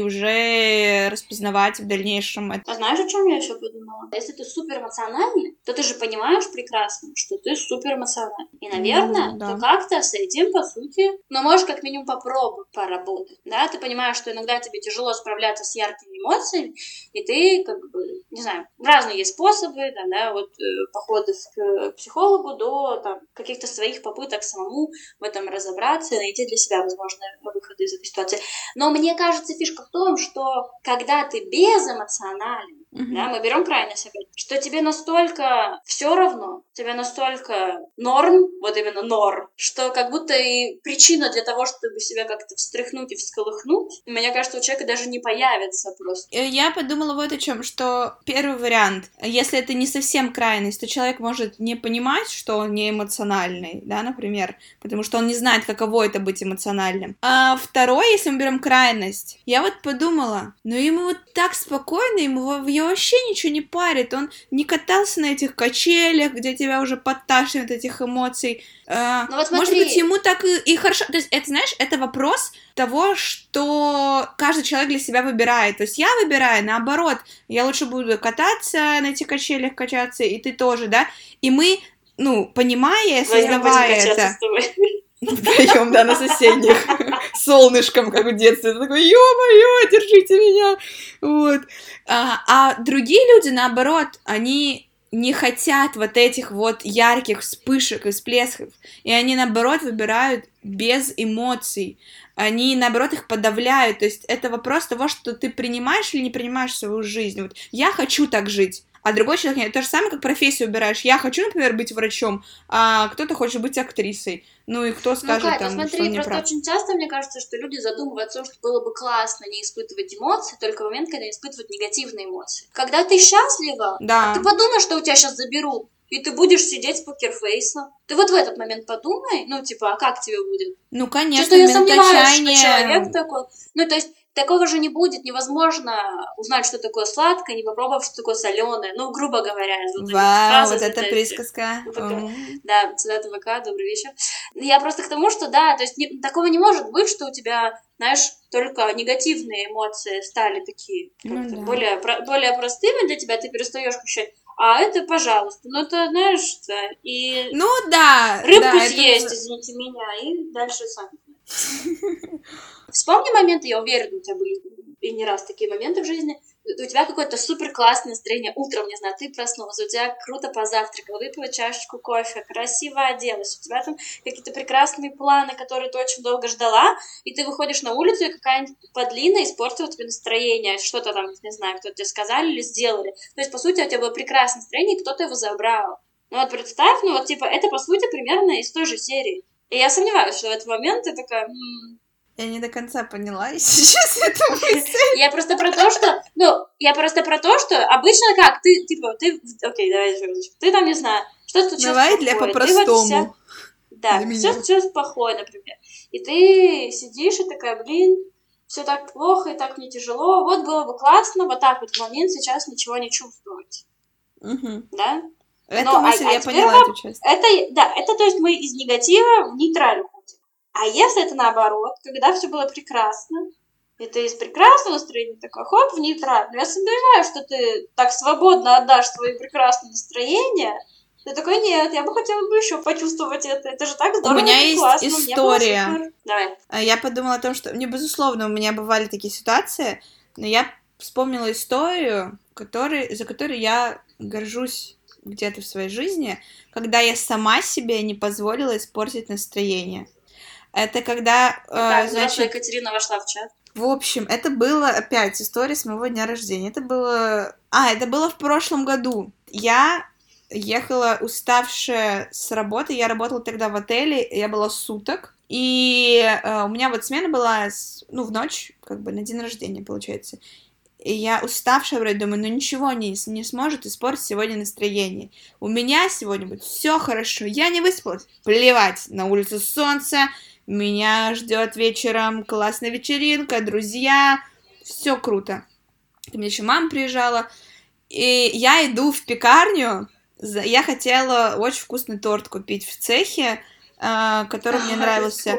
уже распознавать в дальнейшем это. А знаешь, о чем я еще подумала? Если ты суперэмоциональный, то ты же понимаешь прекрасно, что ты суперэмоциональный. И, наверное, Mm, да. ты как-то с этим, по сути, ну, можешь как минимум попробовать поработать. Да, ты понимаешь, что иногда тебе тяжело справляться с яркими эмоциями, и ты, как бы, не знаю, разные есть способы, да, да, вот э, походы к психологу до там, каких-то своих попыток самому в этом разобраться и найти для себя возможные выходы из этой ситуации. Но мне кажется, фишка в том, что когда ты безэмоционален, mm-hmm. да, мы берем крайность опять, что тебе настолько все равно, тебе настолько норм, вот именно норм, что как будто и причина для того, чтобы себя как-то встряхнуть и всколыхнуть, мне кажется, у человека даже не появится просто. Я подумала вот о чем, что первый вариант, если это не совсем крайность, то человек может не понимать, что он не эмоциональный, да, например, потому что он не знает, каково это быть эмоциональным. А второй, если мы берем крайность, я вот подумала, ну ему вот так спокойно, ему вообще ничего не парит, он не катался на этих качелях, где тебя уже подташнивает этих эмоций. А, ну, вот может быть, ему так и, и хорошо. То есть, это, знаешь, это вопрос того, что каждый человек для себя выбирает. То есть я выбираю, наоборот, я лучше буду кататься на этих качелях, качаться, и ты тоже, да, и мы, ну, понимая, осознавая это... Вдвоем, да, на соседних, солнышком, как в детстве. Ты такой, ё-моё, держите меня. Вот. А, а другие люди, наоборот, они не хотят вот этих вот ярких вспышек и всплесков. И они, наоборот, выбирают без эмоций. Они, наоборот, их подавляют. То есть это вопрос того, что ты принимаешь или не принимаешь в свою жизнь. Вот я хочу так жить. А другой человек нет. То же самое, как профессию выбираешь. Я хочу, например, быть врачом, а кто-то хочет быть актрисой. Ну и кто скажет, ну, Катя, там, смотри, что он не просто прав. очень часто, мне кажется, что люди задумываются о том, что было бы классно не испытывать эмоции, только в момент, когда испытывают негативные эмоции. Когда ты счастлива, Да. ты подумай, что у тебя сейчас заберут, и ты будешь сидеть с покерфейсом. Ты вот в этот момент подумай, ну, типа, а как тебе будет? Ну, конечно, Честно, я сомневаюсь, отчаяния... что человек такой... Ну, то есть, такого же не будет, невозможно узнать, что такое сладкое, не попробовав, что такое соленое, ну, грубо говоря. Вот Вау, вот это присказка. Да, цитата ВК, добрый вечер. Я просто к тому, что, да, то есть не, такого не может быть, что у тебя, знаешь, только негативные эмоции стали такие, ну, да. более, про, более простыми для тебя, ты перестаешь ощущать. А это, пожалуйста, ну это, знаешь, да, и... Ну да, рыбку да, съесть, это... извините меня, и дальше сами. Вспомни моменты, я уверена, у тебя были и не раз такие моменты в жизни, у тебя какое-то супер классное настроение утром, не знаю, ты проснулся, у тебя круто позавтракал, выпила чашечку кофе, красиво оделась, у тебя там какие-то прекрасные планы, которые ты очень долго ждала, и ты выходишь на улицу, и какая-нибудь подлина испортила тебе настроение, что-то там, не знаю, кто-то тебе сказали или сделали. То есть, по сути, у тебя было прекрасное настроение, и кто-то его забрал. Ну вот представь, ну вот, типа, это, по сути, примерно из той же серии. И я сомневаюсь, что в этот момент ты такая... М-м, я не до конца поняла сейчас эту мысль. Я просто про то, что... Ну, я просто про то, что обычно как? Ты, типа, ты... Окей, давай еще разочек. Ты там, не знаю, что-то случилось давай плохое. для по-простому. Вот вся... Да, все случилось плохое, например. И ты сидишь и такая, блин, все так плохо и так мне тяжело. Вот было бы классно вот так вот в момент сейчас ничего не чувствовать. Угу. Да? Эту Но, мысль а, я а поняла, вам... эту часть. Это, да, это то есть мы из негатива в нейтраль уходим. А если это наоборот, когда все было прекрасно, и ты из прекрасного настроения такой, хоп, в нейтраль. Я сомневаюсь, что ты так свободно отдашь свое прекрасное настроение. Ты такой, нет, я бы хотела бы еще почувствовать это. Это же так здорово, у меня это есть классно. история. Давай. Я подумала о том, что, не, безусловно, у меня бывали такие ситуации, но я вспомнила историю, который, за которой я горжусь где-то в своей жизни, когда я сама себе не позволила испортить настроение. Это когда... Так, э, взрослая значит, Екатерина вошла в чат. В общем, это было опять история с моего дня рождения. Это было... А, это было в прошлом году. Я ехала уставшая с работы. Я работала тогда в отеле. Я была суток. И э, у меня вот смена была, с... ну, в ночь, как бы на день рождения, получается. И я уставшая, вроде думаю, ну ничего не, не сможет испортить сегодня настроение. У меня сегодня будет все хорошо. Я не выспалась. Плевать, на улице солнце. Меня ждет вечером классная вечеринка, друзья, все круто. Ко мне еще мама приезжала, и я иду в пекарню. Я хотела очень вкусный торт купить в цехе, который мне нравился.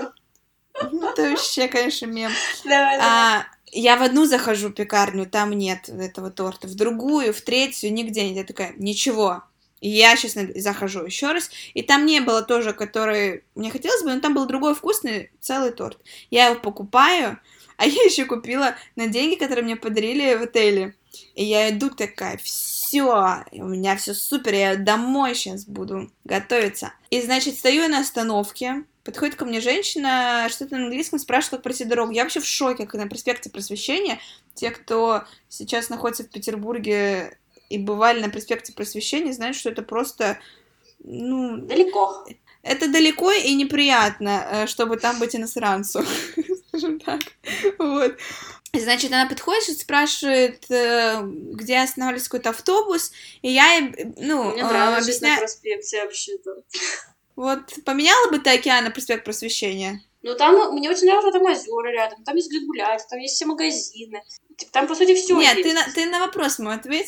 Ну, это вообще, конечно, мем. Давай, давай. Я в одну захожу пекарню, там нет этого торта, в другую, в третью, нигде нет. Я такая, ничего. И я сейчас захожу еще раз, и там не было тоже, который мне хотелось бы, но там был другой вкусный целый торт. Я его покупаю, а я еще купила на деньги, которые мне подарили в отеле. И я иду такая, все, у меня все супер, я домой сейчас буду готовиться. И, значит, стою я на остановке, подходит ко мне женщина, что-то на английском спрашивает, как пройти дорогу. Я вообще в шоке, как на проспекте Просвещения. Те, кто сейчас находится в Петербурге и бывали на проспекте Просвещения, знают, что это просто, ну... Далеко. Это далеко и неприятно, чтобы там быть иностранцу, скажем так. Вот. Значит, она подходит и спрашивает, где останавливается какой-то автобус, и я ей, ну, Мне нравится объясняю... на проспекте вообще-то. Вот, поменяла бы ты океан на проспект Просвещения? Ну, там, мне очень нравится, там озера рядом, там есть где гулять, там есть все магазины. Там, по сути, все Нет, есть. Нет, ты, ты на вопрос мой ответь.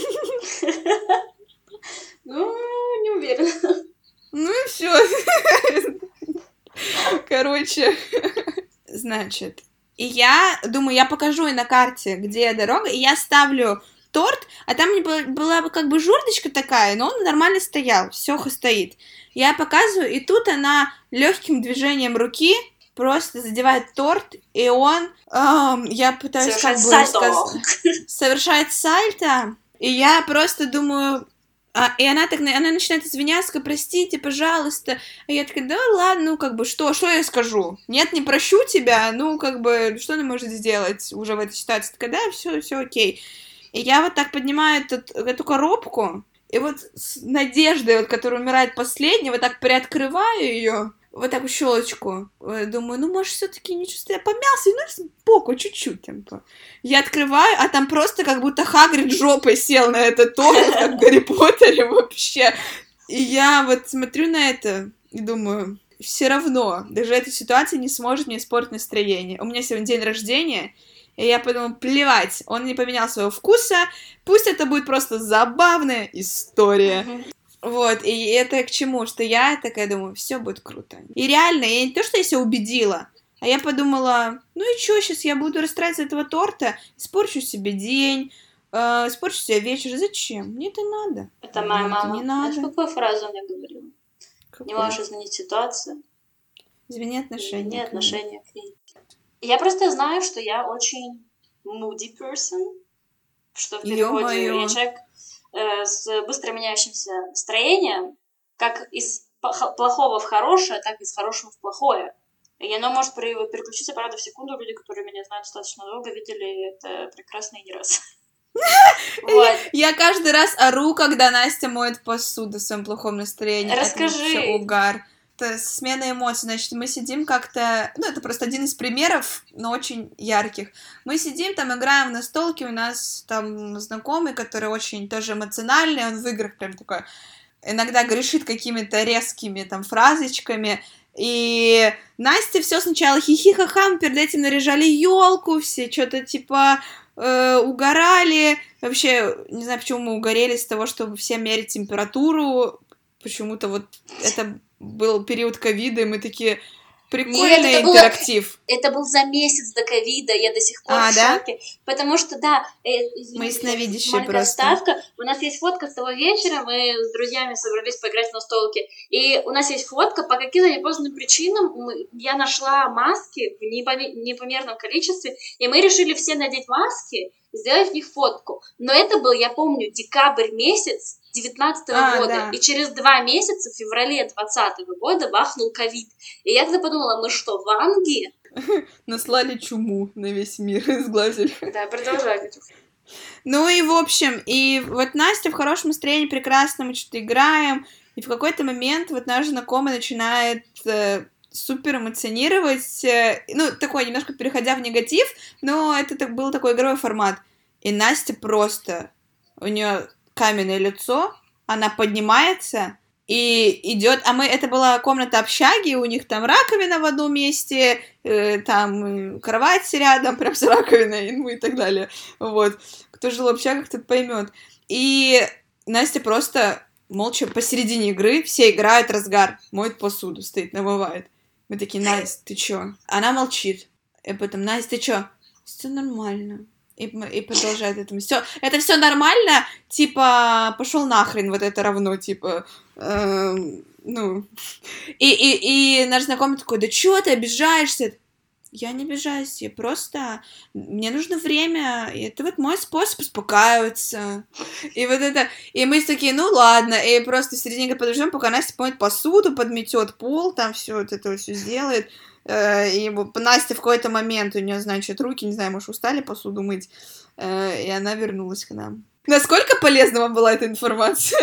Ну, не уверена. Ну и все. Короче, значит, и я думаю, я покажу ей на карте, где дорога, и я ставлю торт, а там была как бы жердочка такая, но он нормально стоял, все стоит. Я показываю, и тут она легким движением руки просто задевает торт, и он, эм, я пытаюсь совершает как бы сальто. сказать, совершает сальто, и я просто думаю, а, и она так, она начинает извиняться, простите, пожалуйста, а я такая, да ладно, ну как бы, что, что я скажу? Нет, не прощу тебя, ну как бы, что она может сделать уже в этой ситуации? Такая, да, все, все окей. И я вот так поднимаю эту, эту коробку, и вот с надеждой, вот, которая умирает последней, вот так приоткрываю ее, вот так в щелочку. Думаю, ну, может, все-таки не чувствую. Я помялся, ну, сбоку чуть-чуть. Типа. Я открываю, а там просто как будто Хагрид жопой сел на этот торт, как в Гарри Поттере вообще. И я вот смотрю на это и думаю, все равно, даже эта ситуация не сможет мне испортить настроение. У меня сегодня день рождения, и я подумала, плевать, он не поменял своего вкуса, пусть это будет просто забавная история. Mm-hmm. Вот, и это к чему? Что я такая думаю, все будет круто. И реально, я не то, что я себя убедила, а я подумала, ну и чё, сейчас я буду расстраиваться от этого торта, испорчу себе день, э, испорчу себе вечер. Зачем? Мне это надо. Это моя Мне мама. Не надо. Знаешь, какую фразу мне говорила? Какой? Не можешь изменить ситуацию. Измени отношения. Измени отношения к ней. Я просто знаю, что я очень moody person, что в переводе я человек э, с быстро меняющимся настроением, как из плохого в хорошее, так и из хорошего в плохое. И оно может переключиться, правда, в секунду. Люди, которые меня знают достаточно долго, видели это прекрасно и не раз. Вот. Я каждый раз ору, когда Настя моет посуду в своем плохом настроении. Расскажи. Это вообще угар. Это смена эмоций. Значит, мы сидим как-то... Ну, это просто один из примеров, но очень ярких. Мы сидим, там, играем в настолки. У нас там знакомый, который очень тоже эмоциональный. Он в играх прям такой... Иногда грешит какими-то резкими там фразочками. И Настя все сначала хихи-ха-ха, мы перед этим наряжали елку, все что-то типа э, угорали. Вообще, не знаю, почему мы угорели с того, чтобы всем мерить температуру. Почему-то вот это был период ковида, и мы такие... Прикольный Нет, это интерактив. Было, это был за месяц до ковида, я до сих пор а, в шоке. Да? Потому что, да, э, извините, мы ясновидящие просто. Ставка. У нас есть фотка с того вечера, мы с друзьями собрались поиграть в настолки. И у нас есть фотка, по каким-то непознанным причинам мы, я нашла маски в непомерном количестве, и мы решили все надеть маски и сделать в них фотку. Но это был, я помню, декабрь месяц девятнадцатого а, года, да. И через два месяца, в феврале двадцатого года, бахнул ковид. И я тогда подумала, мы что, в Англии? Наслали чуму на весь мир, сглазили. Да, продолжай. Ну и в общем, и вот Настя в хорошем настроении, прекрасно, мы что-то играем, и в какой-то момент вот наш знакомый начинает э, супер эмоционировать, э, ну, такой, немножко переходя в негатив, но это так, был такой игровой формат. И Настя просто, у нее каменное лицо, она поднимается и идет, а мы, это была комната общаги, у них там раковина в одном месте, э, там кровать рядом, прям с раковиной, ну и так далее, вот, кто жил в общагах, тот поймет. И Настя просто молча посередине игры, все играют, разгар, моет посуду, стоит, намывает. Мы такие, Настя, ты чё? Она молчит, и потом, Настя, ты чё? Все нормально. И, и продолжает это. Все, это все нормально, типа, пошел нахрен, вот это равно, типа, э, ну. И, и, и наш знакомый такой, да чё ты обижаешься? Я не обижаюсь, я просто... Мне нужно время, и это вот мой способ успокаиваться. И вот это... И мы такие, ну ладно, и просто в середине подождем, пока Настя помоет посуду, подметет пол, там все вот это все сделает. И Настя в какой-то момент, у нее, значит, руки, не знаю, может, устали посуду мыть, и она вернулась к нам. Насколько полезна вам была эта информация?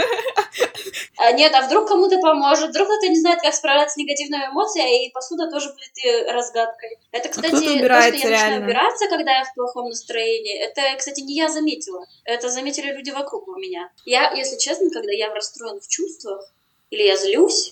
А, нет, а вдруг кому-то поможет, вдруг кто-то не знает, как справляться с негативными эмоциями, и посуда тоже будет и разгадкой. Это, кстати, а то, что я реально начинаю убираться, когда я в плохом настроении, это, кстати, не я заметила, это заметили люди вокруг у меня. Я, если честно, когда я в расстроенных чувствах, или я злюсь,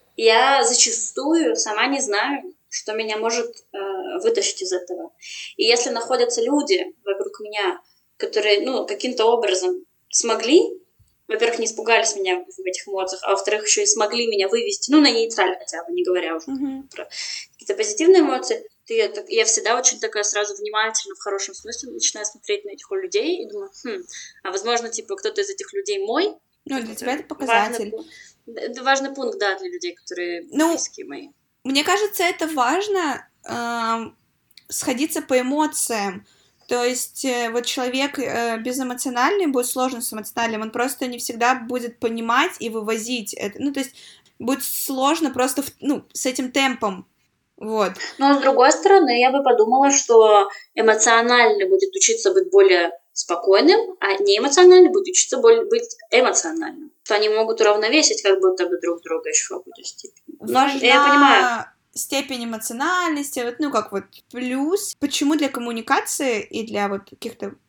я зачастую сама не знаю, что меня может э, вытащить из этого. И если находятся люди вокруг меня, которые, ну, каким-то образом смогли, во-первых, не испугались меня в этих эмоциях, а во-вторых, еще и смогли меня вывести, ну, на нейтраль хотя бы, не говоря уже mm-hmm. про какие-то позитивные эмоции, то я, так, я всегда очень такая сразу внимательно, в хорошем смысле, начинаю смотреть на этих людей и думаю, хм, а возможно, типа, кто-то из этих людей мой. Ну, для тебя это показатель. Важный, это важный пункт, да, для людей, которые ну, близкие мои. Мне кажется, это важно э, сходиться по эмоциям. То есть э, вот человек э, безэмоциональный, будет сложно с эмоциональным, он просто не всегда будет понимать и вывозить это. Ну, то есть будет сложно просто в, ну, с этим темпом. Вот. Но с другой стороны, я бы подумала, что эмоциональный будет учиться быть более спокойным, а неэмоциональный будет учиться быть эмоциональным. Что они могут уравновесить как будто бы друг друга еще в какой-то степени. Но Важна я понимаю. Степень эмоциональности, вот, ну как вот плюс. Почему для коммуникации и для вот каких-то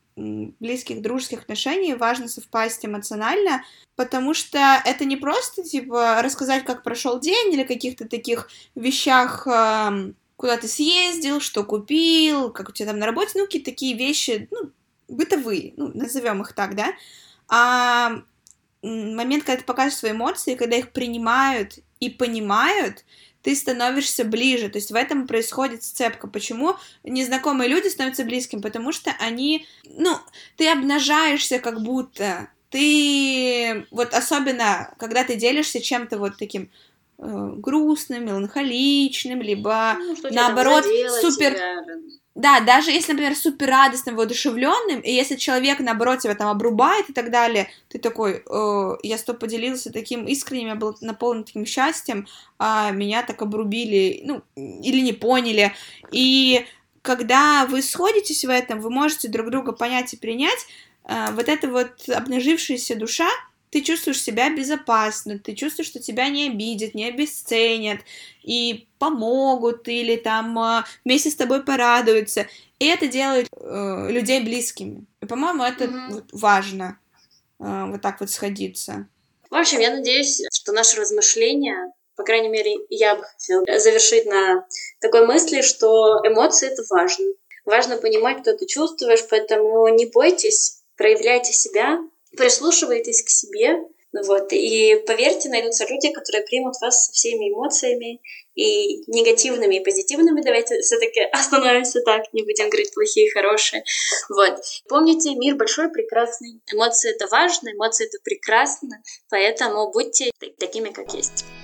близких дружеских отношений важно совпасть эмоционально, потому что это не просто, типа, рассказать, как прошел день, или каких-то таких вещах, куда ты съездил, что купил, как у тебя там на работе, ну, какие-то такие вещи, ну, бытовые, ну, назовем их так, да, а момент, когда ты показываешь свои эмоции, когда их принимают и понимают, ты становишься ближе, то есть в этом происходит сцепка. Почему незнакомые люди становятся близкими? Потому что они, ну, ты обнажаешься как будто, ты, вот особенно, когда ты делишься чем-то вот таким э, грустным, меланхоличным, либо, ну, наоборот, супер... Тебя... Да, даже если, например, супер радостным, воодушевленным, и если человек, наоборот, тебя там обрубает и так далее, ты такой, э, я с тобой поделился таким искренним, я был наполнен таким счастьем, а меня так обрубили, ну, или не поняли. И когда вы сходитесь в этом, вы можете друг друга понять и принять, э, вот эта вот обнажившаяся душа, ты чувствуешь себя безопасно, ты чувствуешь, что тебя не обидят, не обесценят, и помогут, или там вместе с тобой порадуются. И это делает э, людей близкими. И, по-моему, это mm-hmm. вот важно, э, вот так вот сходиться. В общем, я надеюсь, что наше размышление, по крайней мере, я бы хотела завершить на такой мысли, что эмоции — это важно. Важно понимать, что ты чувствуешь, поэтому не бойтесь, проявляйте себя, прислушивайтесь к себе, вот, и поверьте, найдутся люди, которые примут вас со всеми эмоциями, и негативными, и позитивными. Давайте все-таки остановимся так, не будем говорить плохие и хорошие. Вот. Помните, мир большой, прекрасный. Эмоции — это важно, эмоции — это прекрасно, поэтому будьте такими, как есть.